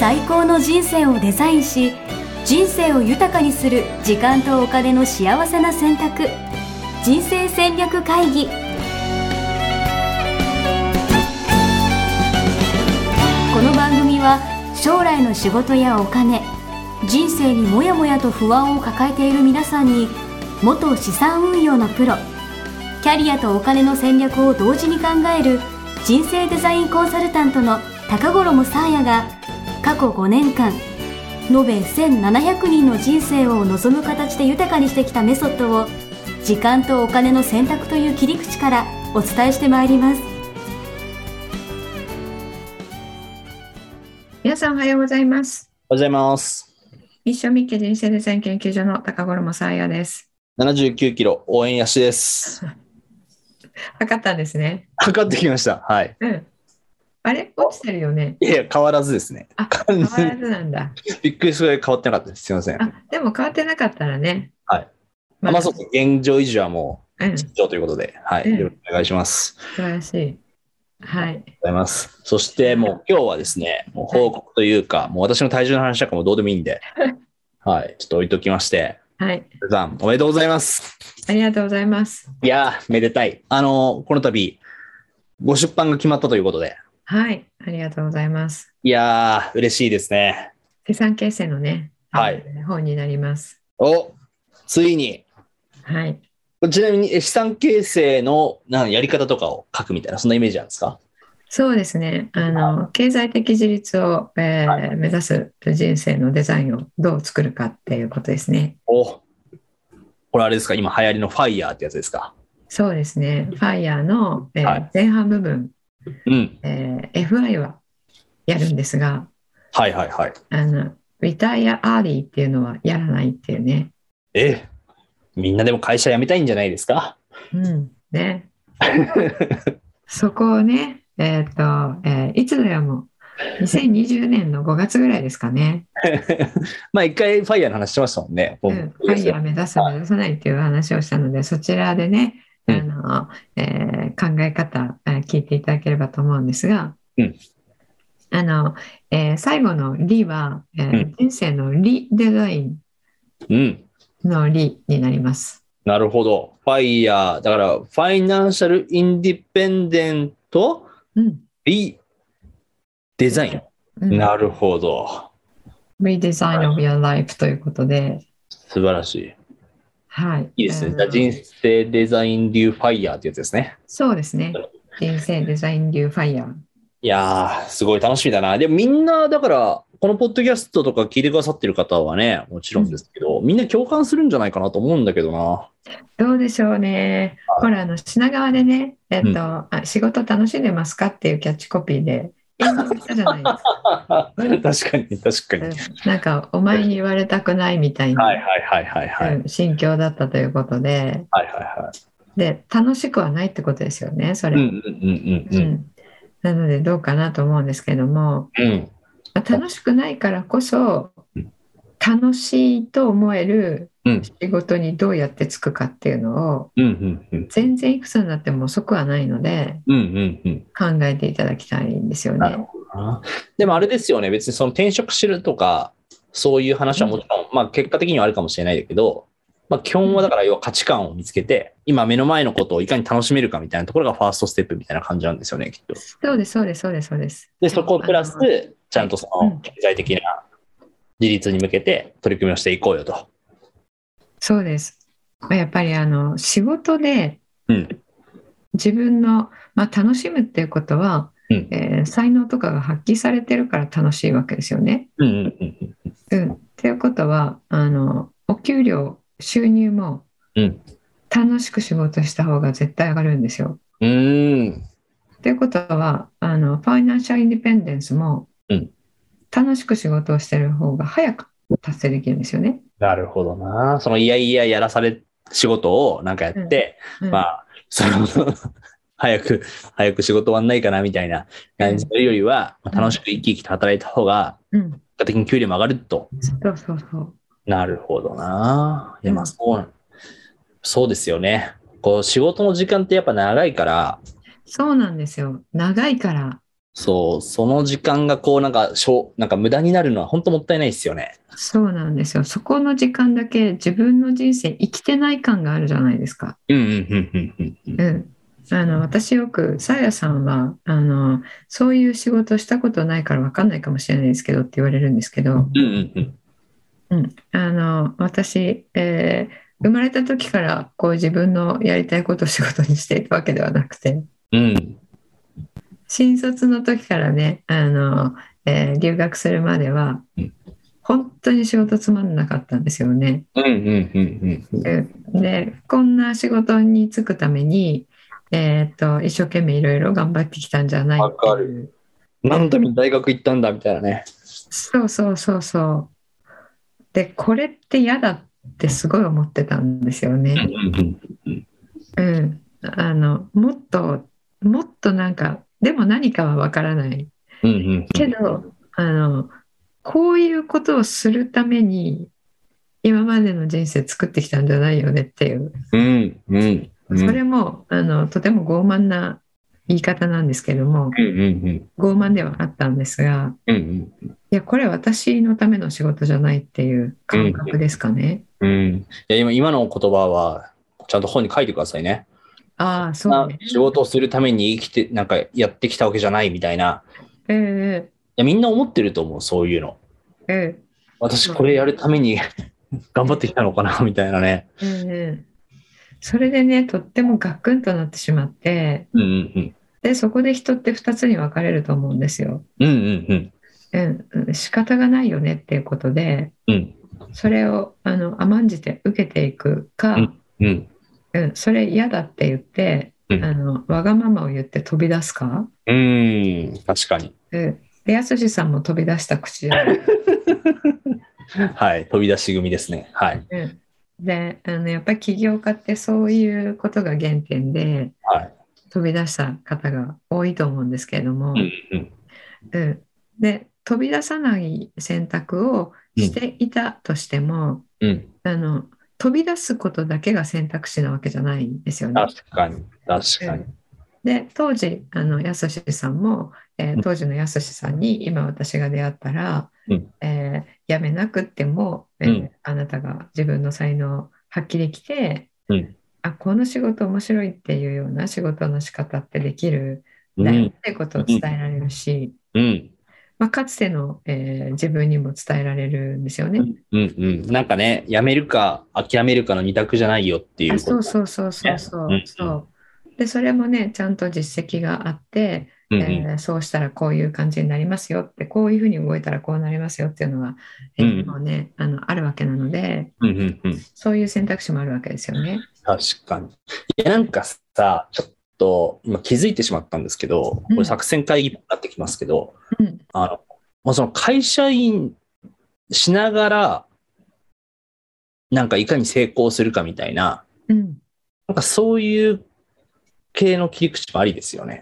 最高の人生をデザインし、人生を豊かにする時間とお金の幸せな選択、人生戦略会議。この番組は将来の仕事やお金、人生にもやもやと不安を抱えている皆さんに、元資産運用のプロ、キャリアとお金の戦略を同時に考える人生デザインコンサルタントの高頃もさあやが、過去5年間延べ1700人の人生を望む形で豊かにしてきたメソッドを、時間とお金の選択という切り口からお伝えしてまいります。 皆さんおはようございます。 おはようございます。 ミッションミッケ人生デザイン研究所の高頃もさあやです。 79キロ応援やしです。 測ったんですね。 測ってきました。はい。 あれ落ちてるよね。 いや変わらずですね。 変わらずなんだ。 びっくりするぐらい変わってなかったです。すいません。 でも変わってなかったらね。 はい。そうです。現状維持はもう必要ということで、はい。よろしくお願いします。 素晴らしい。はい。 ありがとうございます。そしてもう今日はですね、もう報告というか、もう私の体重の話とかもどうでもいいんで、はい。ちょっと置いときまして。はい。皆さんおめでとうございます。 ありがとうございます。 いやー、めでたい。この度ご出版が決まったということで。 はい、ありがとうございます。 いやー、嬉しいですね。 資産形成のね、 はい、 本になります。 お、ついに。 はい。 ちなみに資産形成のやり方とかを書くみたいな、そんなイメージなんですか？ そうですね。経済的自立を、目指す人生のデザインをどう作るかっていうことですね。 これあれですか？今流行りのファイヤーってやつですか？ そうですね。ファイヤーの、前半部分。FI はやるんですが、 はいはいはい。 リタイアアーリーっていうのはやらないっていうね。 みんなでも会社辞めたいんじゃないですか？ ね。そこをね、いつでも2020年の5月ぐらいですかね。 まあ一回ファイヤーの話しましたもんね。 ファイヤー目指す目指さないっていう話をしたので、そちらでね、考え方聞いていただければと思うんですが、最後のリは、人生のリデザインのリになります。 なるほど。ファイヤーだからファイナンシャルインディペンデント、リデザイン、なるほど。 Redesign of your life ということで、 素晴らしい。 はい。 いいですね。人生デザイン流ファイヤーってやつですね。 そうですね。人生デザイン流ファイヤー。 いやー、すごい楽しみだな。でもみんな、だから、このポッドキャストとか聞いてくださってる方はね、もちろんですけど、みんな共感するんじゃないかなと思うんだけどな。 どうでしょうね。ほら、品川でね、仕事楽しんでますかっていうキャッチコピーで、演説したじゃないですか。 確かに、確かに。 なんか、お前に言われたくないみたいな心境だったということで、で、楽しくはないってことですよね、それ。なので、どうかなと思うんですけども、楽しくないからこそ、楽しいと思える仕事にどうやって就くかっていうのを、全然いくつになっても遅くはないので、考えていただきたいんですよね。 でもあれですよね、別にその転職するとか、そういう話はもちろん、まあ結果的にはあるかもしれないけど、まあ基本はだから要は価値観を見つけて、今目の前のことをいかに楽しめるかみたいなところがファーストステップみたいな感じなんですよね、きっと。 そうです、そうです、そうです、そうです。 で、そこプラス、ちゃんとその経済的な自立に向けて取り組みをしていこうよと。 そうです。やっぱり仕事で自分の、楽しむっていうことは、才能とかが発揮されてるから楽しいわけですよね。っていうことはお給料、収入も楽しく仕事した方が絶対上がるんですよ。っていうことはファイナンシャルインディペンデンスも楽しく仕事をしてる方が早く達成できるんですよね。 なるほどな。そのいやいややらされ仕事をなんかやって、早く仕事終わんないかなみたいな感じよりは、楽しく生き生きと働いた方が結果的に給料も上がると。 そう。 なるほどな。いやそうですよね。こう仕事の時間ってやっぱ長いから。 そうなんですよ。長いから。 そう、その時間がこうなんか無駄になるのは本当もったいないですよね。 そうなんですよ。そこの時間だけ自分の人生生きてない感があるじゃないですか。私よくさやさんはそういう仕事したことないから分かんないかもしれないですけどって言われるんですけど、私、生まれた時からこう自分のやりたいことを仕事にしていたわけではなくて、新卒の時からね留学するまでは本当に仕事つまんなかったんですよね。でこんな仕事に就くために、一生懸命いろいろ頑張ってきたんじゃないっていう。 何のために大学行ったんだみたいなね。 そうでこれって嫌だってすごい思ってたんですよね。もっとなんかでも何かはわからないけどこういうことをするために今までの人生作ってきたんじゃないよねっていう、それもとても傲慢な言い方なんですけども、傲慢ではあったんですが、いやこれ私のための仕事じゃないっていう感覚ですかね。 いや今の言葉はちゃんと本に書いてくださいね。 そうね。 仕事をするために生きてなんかやってきたわけじゃないみたいな。いやみんな思ってると思う、そういうの。私これやるために頑張ってきたのかなみたいなね。 それでねとってもガクンとなってしまって、でそこで人って2つに分かれると思うんですよ。仕方がないよねっていうことで、それを甘んじて受けていくか、それ嫌だって言って、わがままを言って飛び出すか。 確かに。 でやすしさんも飛び出した口じゃないはい、飛び出し組ですね。はい。 でやっぱり起業家ってそういうことが原点で、飛び出した方が多いと思うんですけれども、で飛び出さない選択をしていたとしても、飛び出すことだけが選択肢なわけじゃないんですよね。 確かに。 で当時やすしさんも、当時のやすしさんに今私が出会ったら、辞めなくっても、あなたが自分の才能を発揮できて、この仕事面白いっていうような仕事の仕方ってできるんだよってことを伝えられるし、かつての、自分にも伝えられるんですよね。 なんかね、辞めるか諦めるかの二択じゃないよっていうこと。 そうでそれもねちゃんと実績があって、そうしたらこういう感じになりますよって、こういうふうに動いたらこうなりますよっていうのが、もうねあるわけなので、そういう選択肢もあるわけですよね。 確かに。いやなんかさ、ちょっと今気づいてしまったんですけど、これ作戦会議になってきますけど、その会社員しながらなんかいかに成功するかみたいな、なんかそういう系の切り口もありですよね。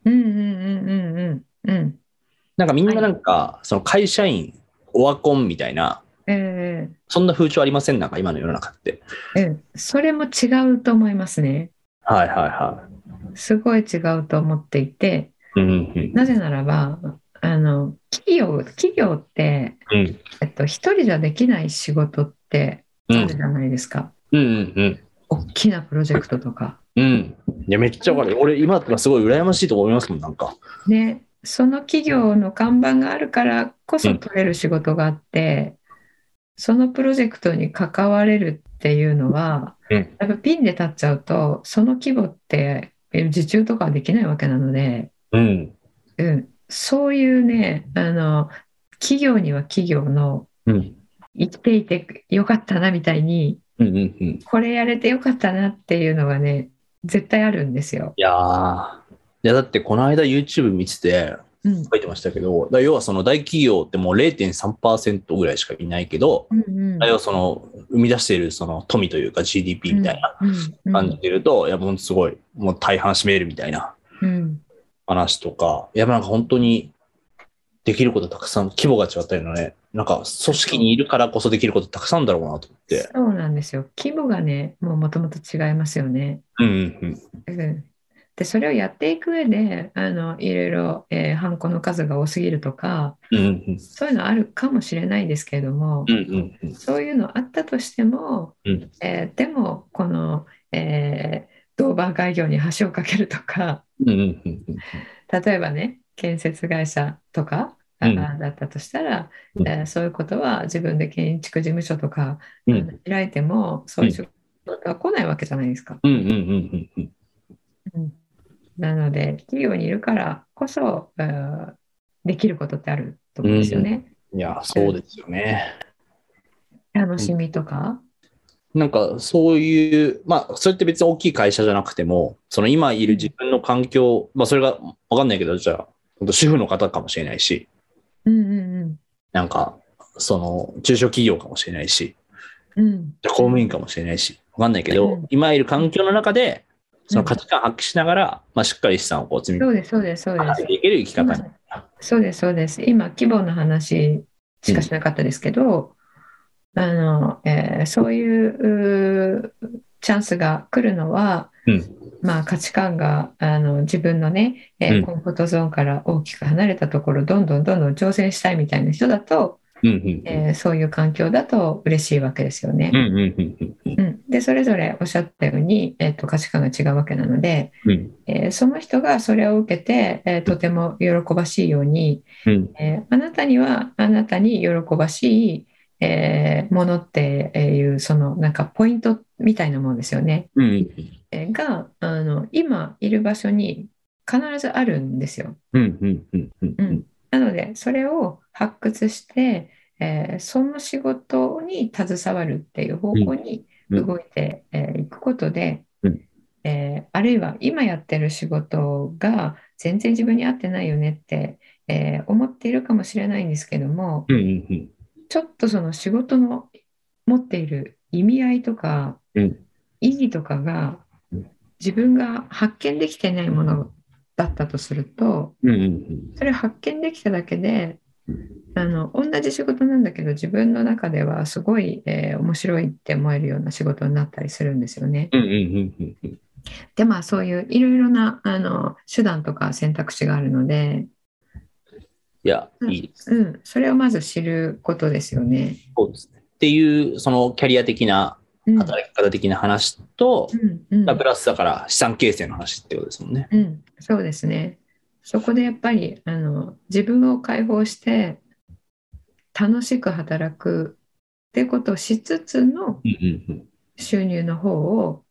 なんかみんななんかその会社員オワコンみたいな、そんな風潮ありません？なんか今の世の中って。 それも違うと思いますね。すごい違うと思っていて、なぜならば企業って、一人じゃできない仕事ってあるじゃないですか。大きなプロジェクトとか。 いやめっちゃわかる。俺今だったらすごい羨ましいと思いますもん、なんか。 ね、その企業の看板があるからこそ取れる仕事があって、そのプロジェクトに関われるっていうのは、やっぱピンで立っちゃうとその規模って受注とかはできないわけなので、そういうね企業には企業の生きていてよかったなみたいに、これやれてよかったなっていうのがね絶対あるんですよ。 いやだってこの間 YouTube 見てて書いてましたけど、要はその大企業ってもう 0.3% ぐらいしかいないけど、要はその生み出しているその富というか GDP みたいな感じでいると、やっぱすごいもう大半占めるみたいな話とか、やっぱなんか本当にできることたくさん、規模が違ったりのね、なんか組織にいるからこそできることたくさんだろうなと思って。 そうなんですよ。規模がねもともと違いますよね。 でそれをやっていく上でいろいろ、ハンコの数が多すぎるとか、そういうのあるかもしれないですけれども、そういうのあったとしても、でもこの、ドーバー海峡に橋を架けるとか、例えばね建設会社とかだったとしたら、そういうことは自分で建築事務所とか開いてもそういう仕事は来ないわけじゃないですか。なので企業にいるからこそできることってあると思うんですよね。 いや、そうですよね。 楽しみとか。 なんかそういう、まあ、それって別に大きい会社じゃなくても、その今いる自分の環境、まあ、それがわかんないけど、じゃあ、主婦の方かもしれないし、なんか、その、中小企業かもしれないし、公務員かもしれないし、わかんないけど、今いる環境の中で、その価値観を発揮しながら、まあ、しっかり資産をこう積み上げていける生き方に。 そうです、そうです。今、規模の話しかしなかったですけど、そういうチャンスが来るのは、まあ、価値観が自分のね、コンフォートゾーンから大きく離れたところどんどん挑戦したいみたいな人だと、そういう環境だと嬉しいわけですよね。でそれぞれおっしゃったように、価値観が違うわけなので、その人がそれを受けて、とても喜ばしいように、あなたにはあなたに喜ばしいものっていうそのなんかポイントみたいなものですよね、が今いる場所に必ずあるんですよ。なのでそれを発掘して、その仕事に携わるっていう方向に動いていくことで、あるいは今やってる仕事が全然自分に合ってないよねって、思っているかもしれないんですけども、ちょっとその仕事の持っている意味合いとか、意義とかが自分が発見できてないものだったとすると、それ発見できただけで同じ仕事なんだけど自分の中ではすごい、面白いって思えるような仕事になったりするんですよね。でまあそういういろいろな手段とか選択肢があるので、 いや、いいです。 それをまず知ることですよね。 そうですね。っていうそのキャリア的な働き方的な話と、プラスだから資産形成の話ってことですもんね。 そうですね。そこでやっぱり自分を解放して楽しく働くっていうことをしつつの収入の方を、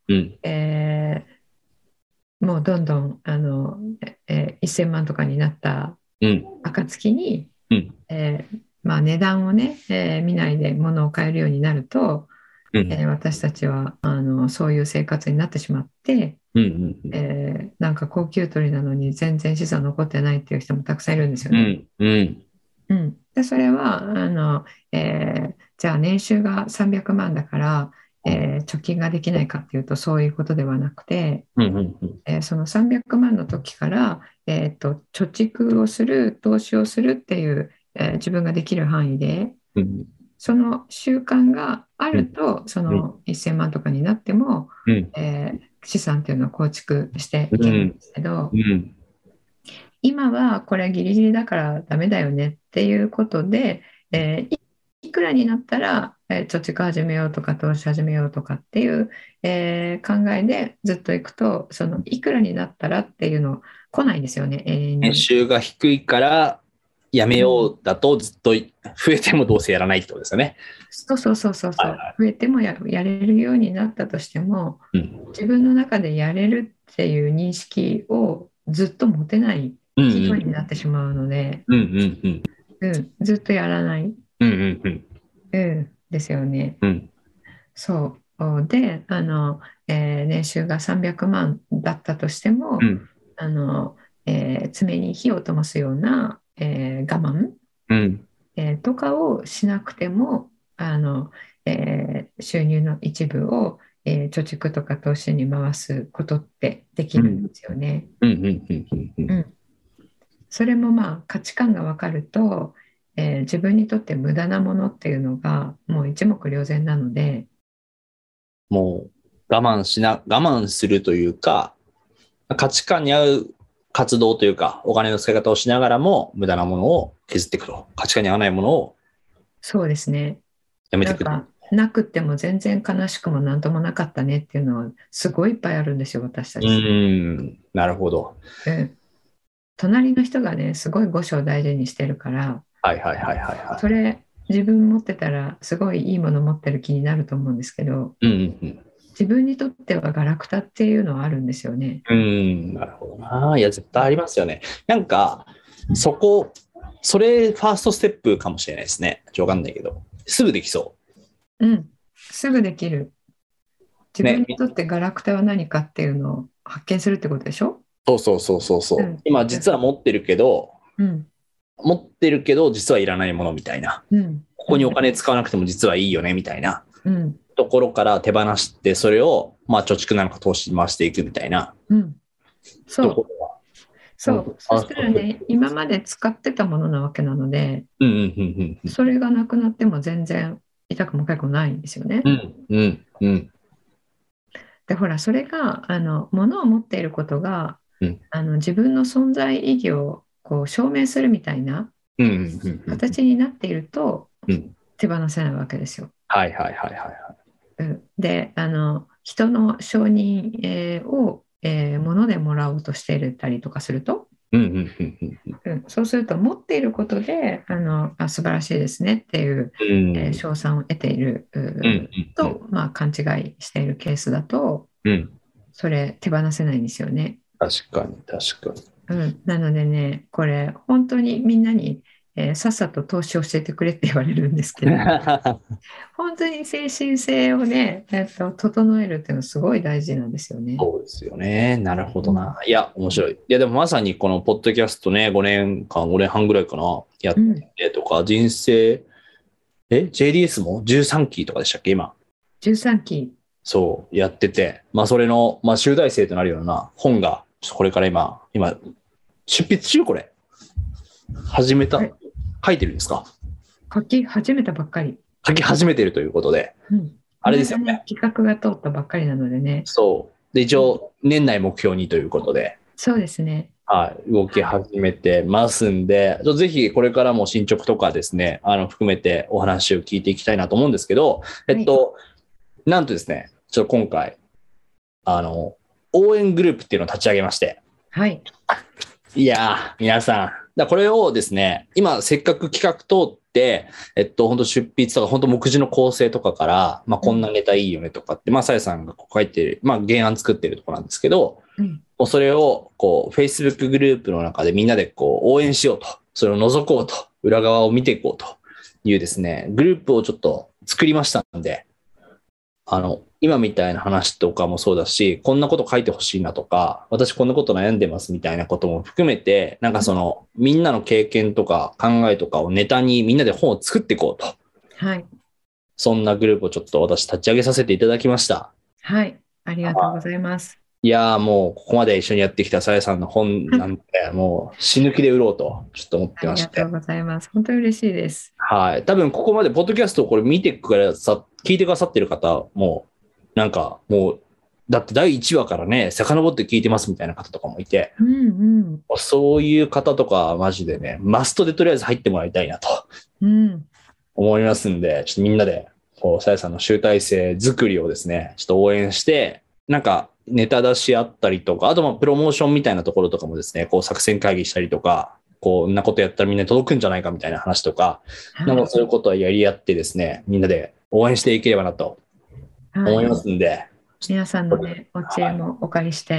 もうどんどん1000万とかになった暁に、まあ、値段をね、見ないで物を買えるようになると、私たちはそういう生活になってしまって、なんか高級取りなのに全然資産残ってないっていう人もたくさんいるんですよね。でそれはじゃあ年収が300万だから、貯金ができないかっていうとそういうことではなくて、その300万の時から、貯蓄をする投資をするっていう、自分ができる範囲で、その習慣があるとその1000万とかになっても、資産っていうのを構築していけるんですけど、今はこれギリギリだからダメだよねっていうことで、いくらになったら、貯蓄始めようとか投資始めようとかっていう、考えでずっといくと、そのいくらになったらっていうの来ないんですよね。 年収が低いからやめようだとずっと増えてもどうせやらないってことですよね。 そう、増えても やれるようになったとしても、自分の中でやれるっていう認識をずっと持てない人になってしまうので、ずっとやらない、ですよね。そうで年収が300万だったとしても、常に火を灯すような、我慢、とかをしなくても収入の一部を、貯蓄とか投資に回すことってできるんですよね。それもまあ価値観が分かると、自分にとって無駄なものっていうのがもう一目瞭然なので、 もう我慢するというか、 価値観に合う活動というか、お金の使い方をしながらも、無駄なものを削っていくと。価値観に合わないものをそうですね。 やめていく。 なんかなくっても全然悲しくもなんともなかったねっていうのはすごいいっぱいあるんですよ、私たち。 なるほど。 隣の人がね、すごい五章大事にしてるから、それ自分持ってたらすごいいいもの持ってる気になると思うんですけど、自分にとってはガラクタっていうのはあるんですよね。 なるほどな。いや、絶対ありますよね。なんか、それファーストステップかもしれないですね。わかんないけど。すぐできそう。 すぐできる。自分にとってガラクタは何かっていうのを発見するってことでしょ？ そう。今実は持ってるけど、実はいらないものみたいな。ここにお金使わなくても実はいいよねみたいな。ところから手放して、それを貯蓄なのか投資に回していくみたいな。 そうそしたらね、今まで使ってたものなわけなので、それがなくなっても全然痛くも痒くもないんですよね。でほら、それが物を持っていることが、自分の存在意義をこう証明するみたいな形になっていると、手放せないわけですよ。で人の承認、を物でもらおうとしていたりとかすると、そうすると持っていることで素晴らしいですねっていう、称賛を得ていると、勘違いしているケースだと、それ手放せないんですよね。 確かに、 なのでね、これ本当にみんなに、さっさと投資を教えてくれって言われるんですけど本当に精神性をね、整えるっていうのはすごい大事なんですよね。 そうですよね。なるほどな。いや、面白い。いや、でもまさにこのポッドキャストね、5年半ぐらいかな、やってとか、人生、JDS も13期とかでしたっけ、今。 13期。 そう、やってて、それの、集大成となるような本が、これから今、出筆中これ。書いてるんですか？ 書き始めたばっかり。 書き始めてるということで。あれですよね。 企画が通ったばっかりなのでね。 そう。で、一応、年内目標にということで。 そうですね。 動き始めてますんで、ぜひこれからも進捗とかですね、含めてお話を聞いていきたいなと思うんですけど、なんとですね、ちょっと今回、応援グループっていうのを立ち上げまして。いやー、皆さん、これをですね、今せっかく企画通って、本当出筆とか、本当目次の構成とかから、こんなネタいいよねとかって、さやさんが書いてる、原案作ってるところなんですけど、それをFacebook グループの中でみんなで応援しようと、それを覗こうと、裏側を見ていこうというですね、グループをちょっと作りましたんで、今みたいな話とかもそうだし、こんなこと書いてほしいなとか、私こんなこと悩んでますみたいなことも含めて、みんなの経験とか考えとかをネタにみんなで本を作っていこうと。そんなグループをちょっと私立ち上げさせていただきました。 ありがとうございます。 いやー、もうここまで一緒にやってきたさやさんの本なんで、もう死ぬ気で売ろうとちょっと思ってまして。 ありがとうございます。本当に嬉しいです。 多分ここまでポッドキャストをこれ聞いてくださってる方も、もう、だって第1話からね、遡って聞いてますみたいな方とかもいて、そういう方とかマジでね、マストでとりあえず入ってもらいたいなと思いますんで、ちょっとみんなで、さやさんの集大成作りをですね、ちょっと応援して、ネタ出しあったりとか、あとプロモーションみたいなところとかもですね、作戦会議したりとか、こんなことやったらみんな届くんじゃないかみたいな話とか、そういうことはやり合ってですね、みんなで応援していければなと思いますんで。 皆さんのね、お知恵もお借りして。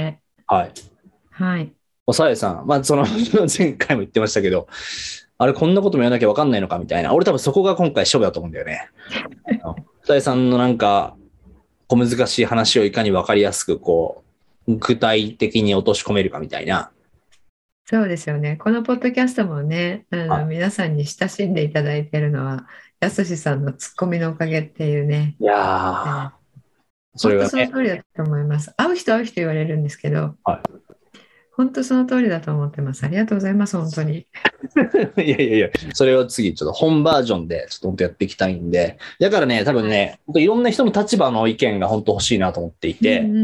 さやさん、前回も言ってましたけど、あれこんなこともやらなきゃ分かんないのかみたいな、俺多分そこが今回勝負だと思うんだよね。さやさんの小難しい話をいかに分かりやすく具体的に落とし込めるかみたいな。 そうですよね。このポッドキャストもね、皆さんに親しんでいただいているのは、やすしさんのツッコミのおかげっていうね。 いやそれはね、本当その通りだと思います。会う人言われるんですけど、本当その通りだと思ってます。ありがとうございます、本当に。 いや、それを次、ちょっと本バージョンで、ちょっと本当やっていきたいんで、だからね、多分ね、いろんな人の立場の意見が本当欲しいなと思っていて、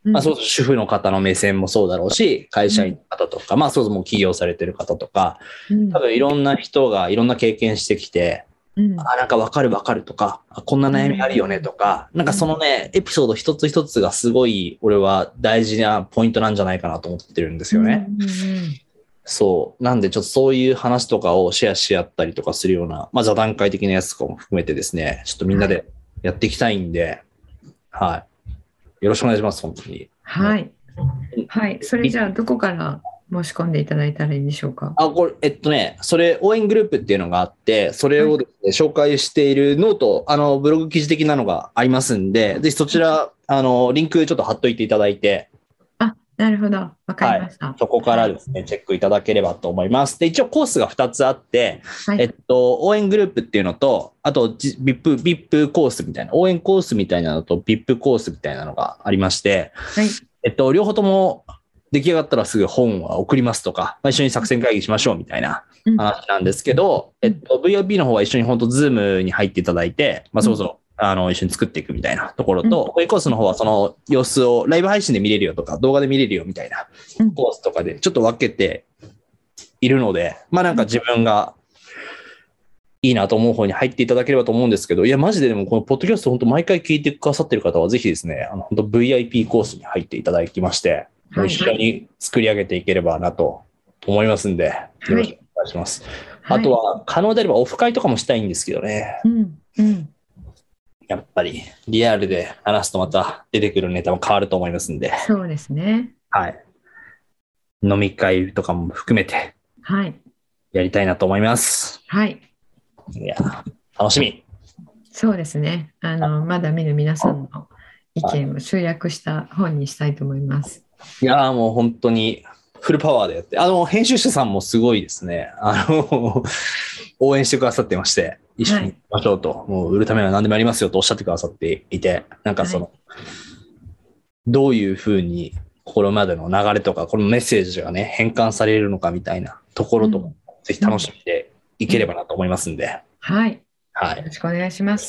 まあ、そう主婦の方の目線もそうだろうし、会社員の方とか、まあそうもう起業されてる方とか、多分いろんな人がいろんな経験してきて、なんか分かるとか、こんな悩みあるよねとか、なんかそのね、エピソード一つ一つがすごい俺は大事なポイントなんじゃないかなと思ってるんですよね。そう。なんでちょっとそういう話とかをシェアし合ったりとかするような、まあ座談会的なやつとかも含めてですね、ちょっとみんなでやっていきたいんで、はい。よろしくお願いします、本当に。 はい。はい。それじゃあ、どこから申し込んでいただいたらいいんでしょうか。 これ、それ、応援グループっていうのがあって、それをですね、紹介しているノート、ブログ記事的なのがありますんで、ぜひそちら、リンクちょっと貼っといていただいて。 なるほど。わかりました。 そこからですね、チェックいただければと思います。で、一応コースが2つあって、応援グループっていうのと、あと、VIP コースみたいな、応援コースみたいなのと、VIP コースみたいなのがありまして、両方とも出来上がったらすぐ本は送りますとか、一緒に作戦会議しましょうみたいな話なんですけど、VIP の方は一緒に本当、ズームに入っていただいて、そろそろ、一緒に作っていくみたいなところと、応援コースの方はその様子をライブ配信で見れるよとか、動画で見れるよみたいなコースとかでちょっと分けているので、なんか自分がいいなと思う方に入っていただければと思うんですけど、いや、マジででもこのポッドキャスト本当毎回聞いてくださってる方はぜひですね、本当 VIP コースに入っていただきまして、一緒に作り上げていければなと思いますんで、よろしくお願いします。あとは、可能であればオフ会とかもしたいんですけどね。やっぱりリアルで話すとまた出てくるネタも変わると思いますんで。 そうですね。 はい。飲み会とかも含めて、やりたいなと思います。 はい。 いや、楽しみ。 そうですね。まだ見る皆さんの意見を集約した本にしたいと思います。 いや、もう本当にフルパワーでやって、編集者さんもすごいですね。応援してくださってまして。一緒に行きましょうと、もう売るためには何でもやりますよとおっしゃってくださっていて、なんかどういうふうにこれまでの流れとか、このメッセージがね、変換されるのかみたいなところとも、ぜひ楽しみでいければなと思いますんで。 よろしくお願いします。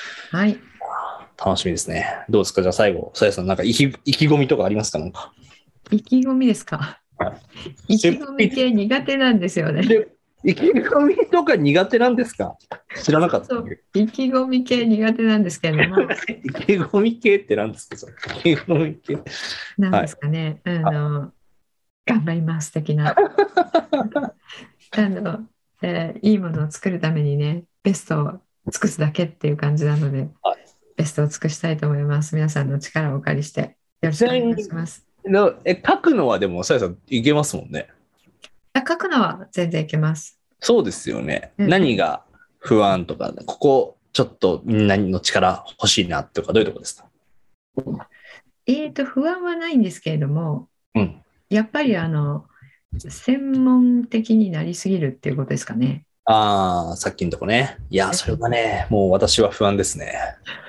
楽しみですね。どうですか？じゃあ最後、さやさん、なんか意気込みとかありますか？なんか。 意気込みですか？意気込み系苦手なんですよね。 意気込みとか苦手なんですか？知らなかった。 意気込み系苦手なんですけども。 意気込み系って何ですか？意気込み系。 なんですかね。頑張ります的な。いいものを作るためにね、ベストを尽くすだけっていう感じなので、ベストを尽くしたいと思います。皆さんの力をお借りして、よろしくお願いします。 書くのはでも、さやさんいけますもんね。 書くのは全然いけます。 そうですよね。何が不安とか、ここちょっとみんなの力欲しいなとか、どういうところですか？ 不安はないんですけれども、やっぱり専門的になりすぎるっていうことですかね。 さっきのとこね。いや、それはね、もう私は不安ですね。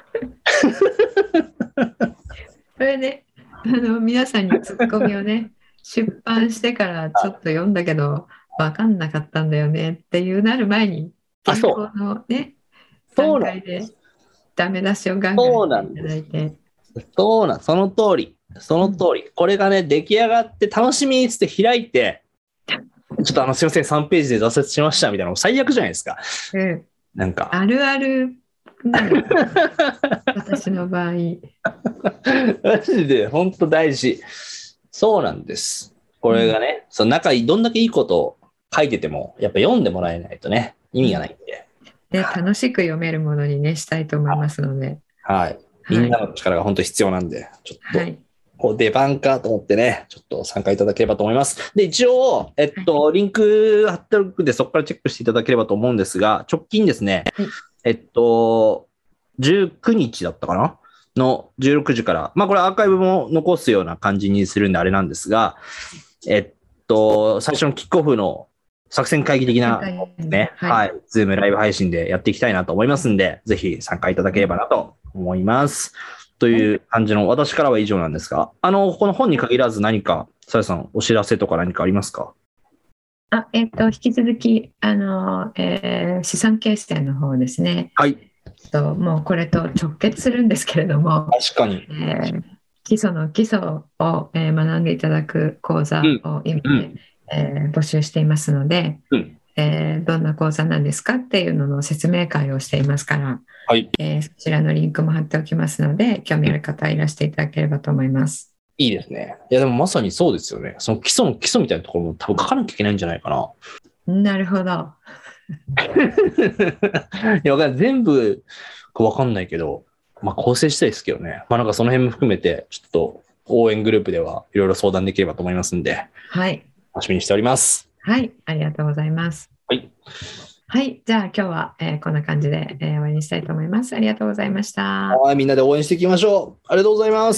これね、皆さんにツッコミをね、出版してからちょっと読んだけど分かんなかったんだよねっていうなる前に原稿のね段階でダメ出しをガンガンしていただいて、 その通りこれがね出来上がって楽しみにって開いてちょっとすいません3ページで挫折しましたみたいなの最悪じゃないですか。なんかあるあるなの私の場合マジで本当大事。そうなんです。これがね、その中にどんだけいいことを書いてても、やっぱ読んでもらえないとね、意味がないんで。 楽しく読めるものにね、したいと思いますので。 みんなの力が本当に必要なんで、ちょっと、こう出番かと思ってね、ちょっと参加いただければと思います。で、一応、リンク貼っておくんで、そこからチェックしていただければと思うんですが、直近ですね、19日だったかなの16時から、これアーカイブも残すような感じにするんであれなんですが、最初のキックオフの作戦会議的なね、ズームライブ配信でやっていきたいなと思いますんで、ぜひ参加いただければなと思います。という感じの、私からは以上なんですが、この本に限らず何か、さやさん、お知らせとか何かありますか？ 引き続き、資産形成の方ですね。もうこれと直結するんですけれども、 確かに。 基礎の基礎を、学んでいただく講座を今で、募集していますので、どんな講座なんですかっていうのの説明会をしていますから、 はい、 そちらのリンクも貼っておきますので、興味ある方いらしていただければと思います。 いいですね。いやでもまさにそうですよね。その基礎の基礎みたいなところも多分書かなきゃいけないんじゃないかな。 なるほど。 いや、全部わかんないけど、まあ構成したいですけどね。まあなんかその辺も含めて、ちょっと応援グループではいろいろ相談できればと思いますんで、 はい。 楽しみにしております。 はい、ありがとうございます。 はい。 はい、じゃあ今日は、こんな感じで、終わりにしたいと思います。ありがとうございました。 はい、みんなで応援していきましょう。ありがとうございます。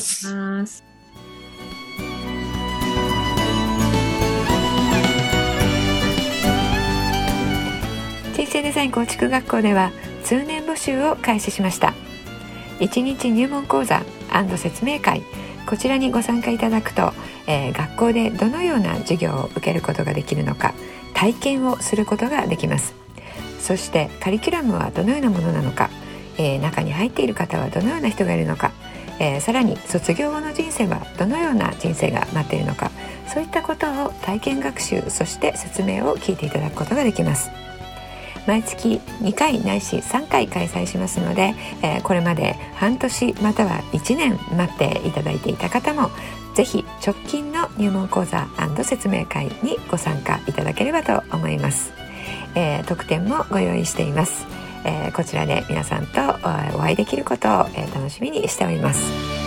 人生デザイン構築学校では通年募集を開始しました。1日入門講座&説明会、こちらにご参加いただくと、学校でどのような授業を受けることができるのか、体験をすることができます。そしてカリキュラムはどのようなものなのか、中に入っている方はどのような人がいるのか、さらに卒業後の人生はどのような人生が待っているのか、そういったことを体験学習、そして説明を聞いていただくことができます。毎月2回ないし3回開催しますので、これまで半年または1年待っていただいていた方も、ぜひ直近の入門講座&説明会にご参加いただければと思います。特典もご用意しています。こちらで皆さんとお会いできることを楽しみにしております。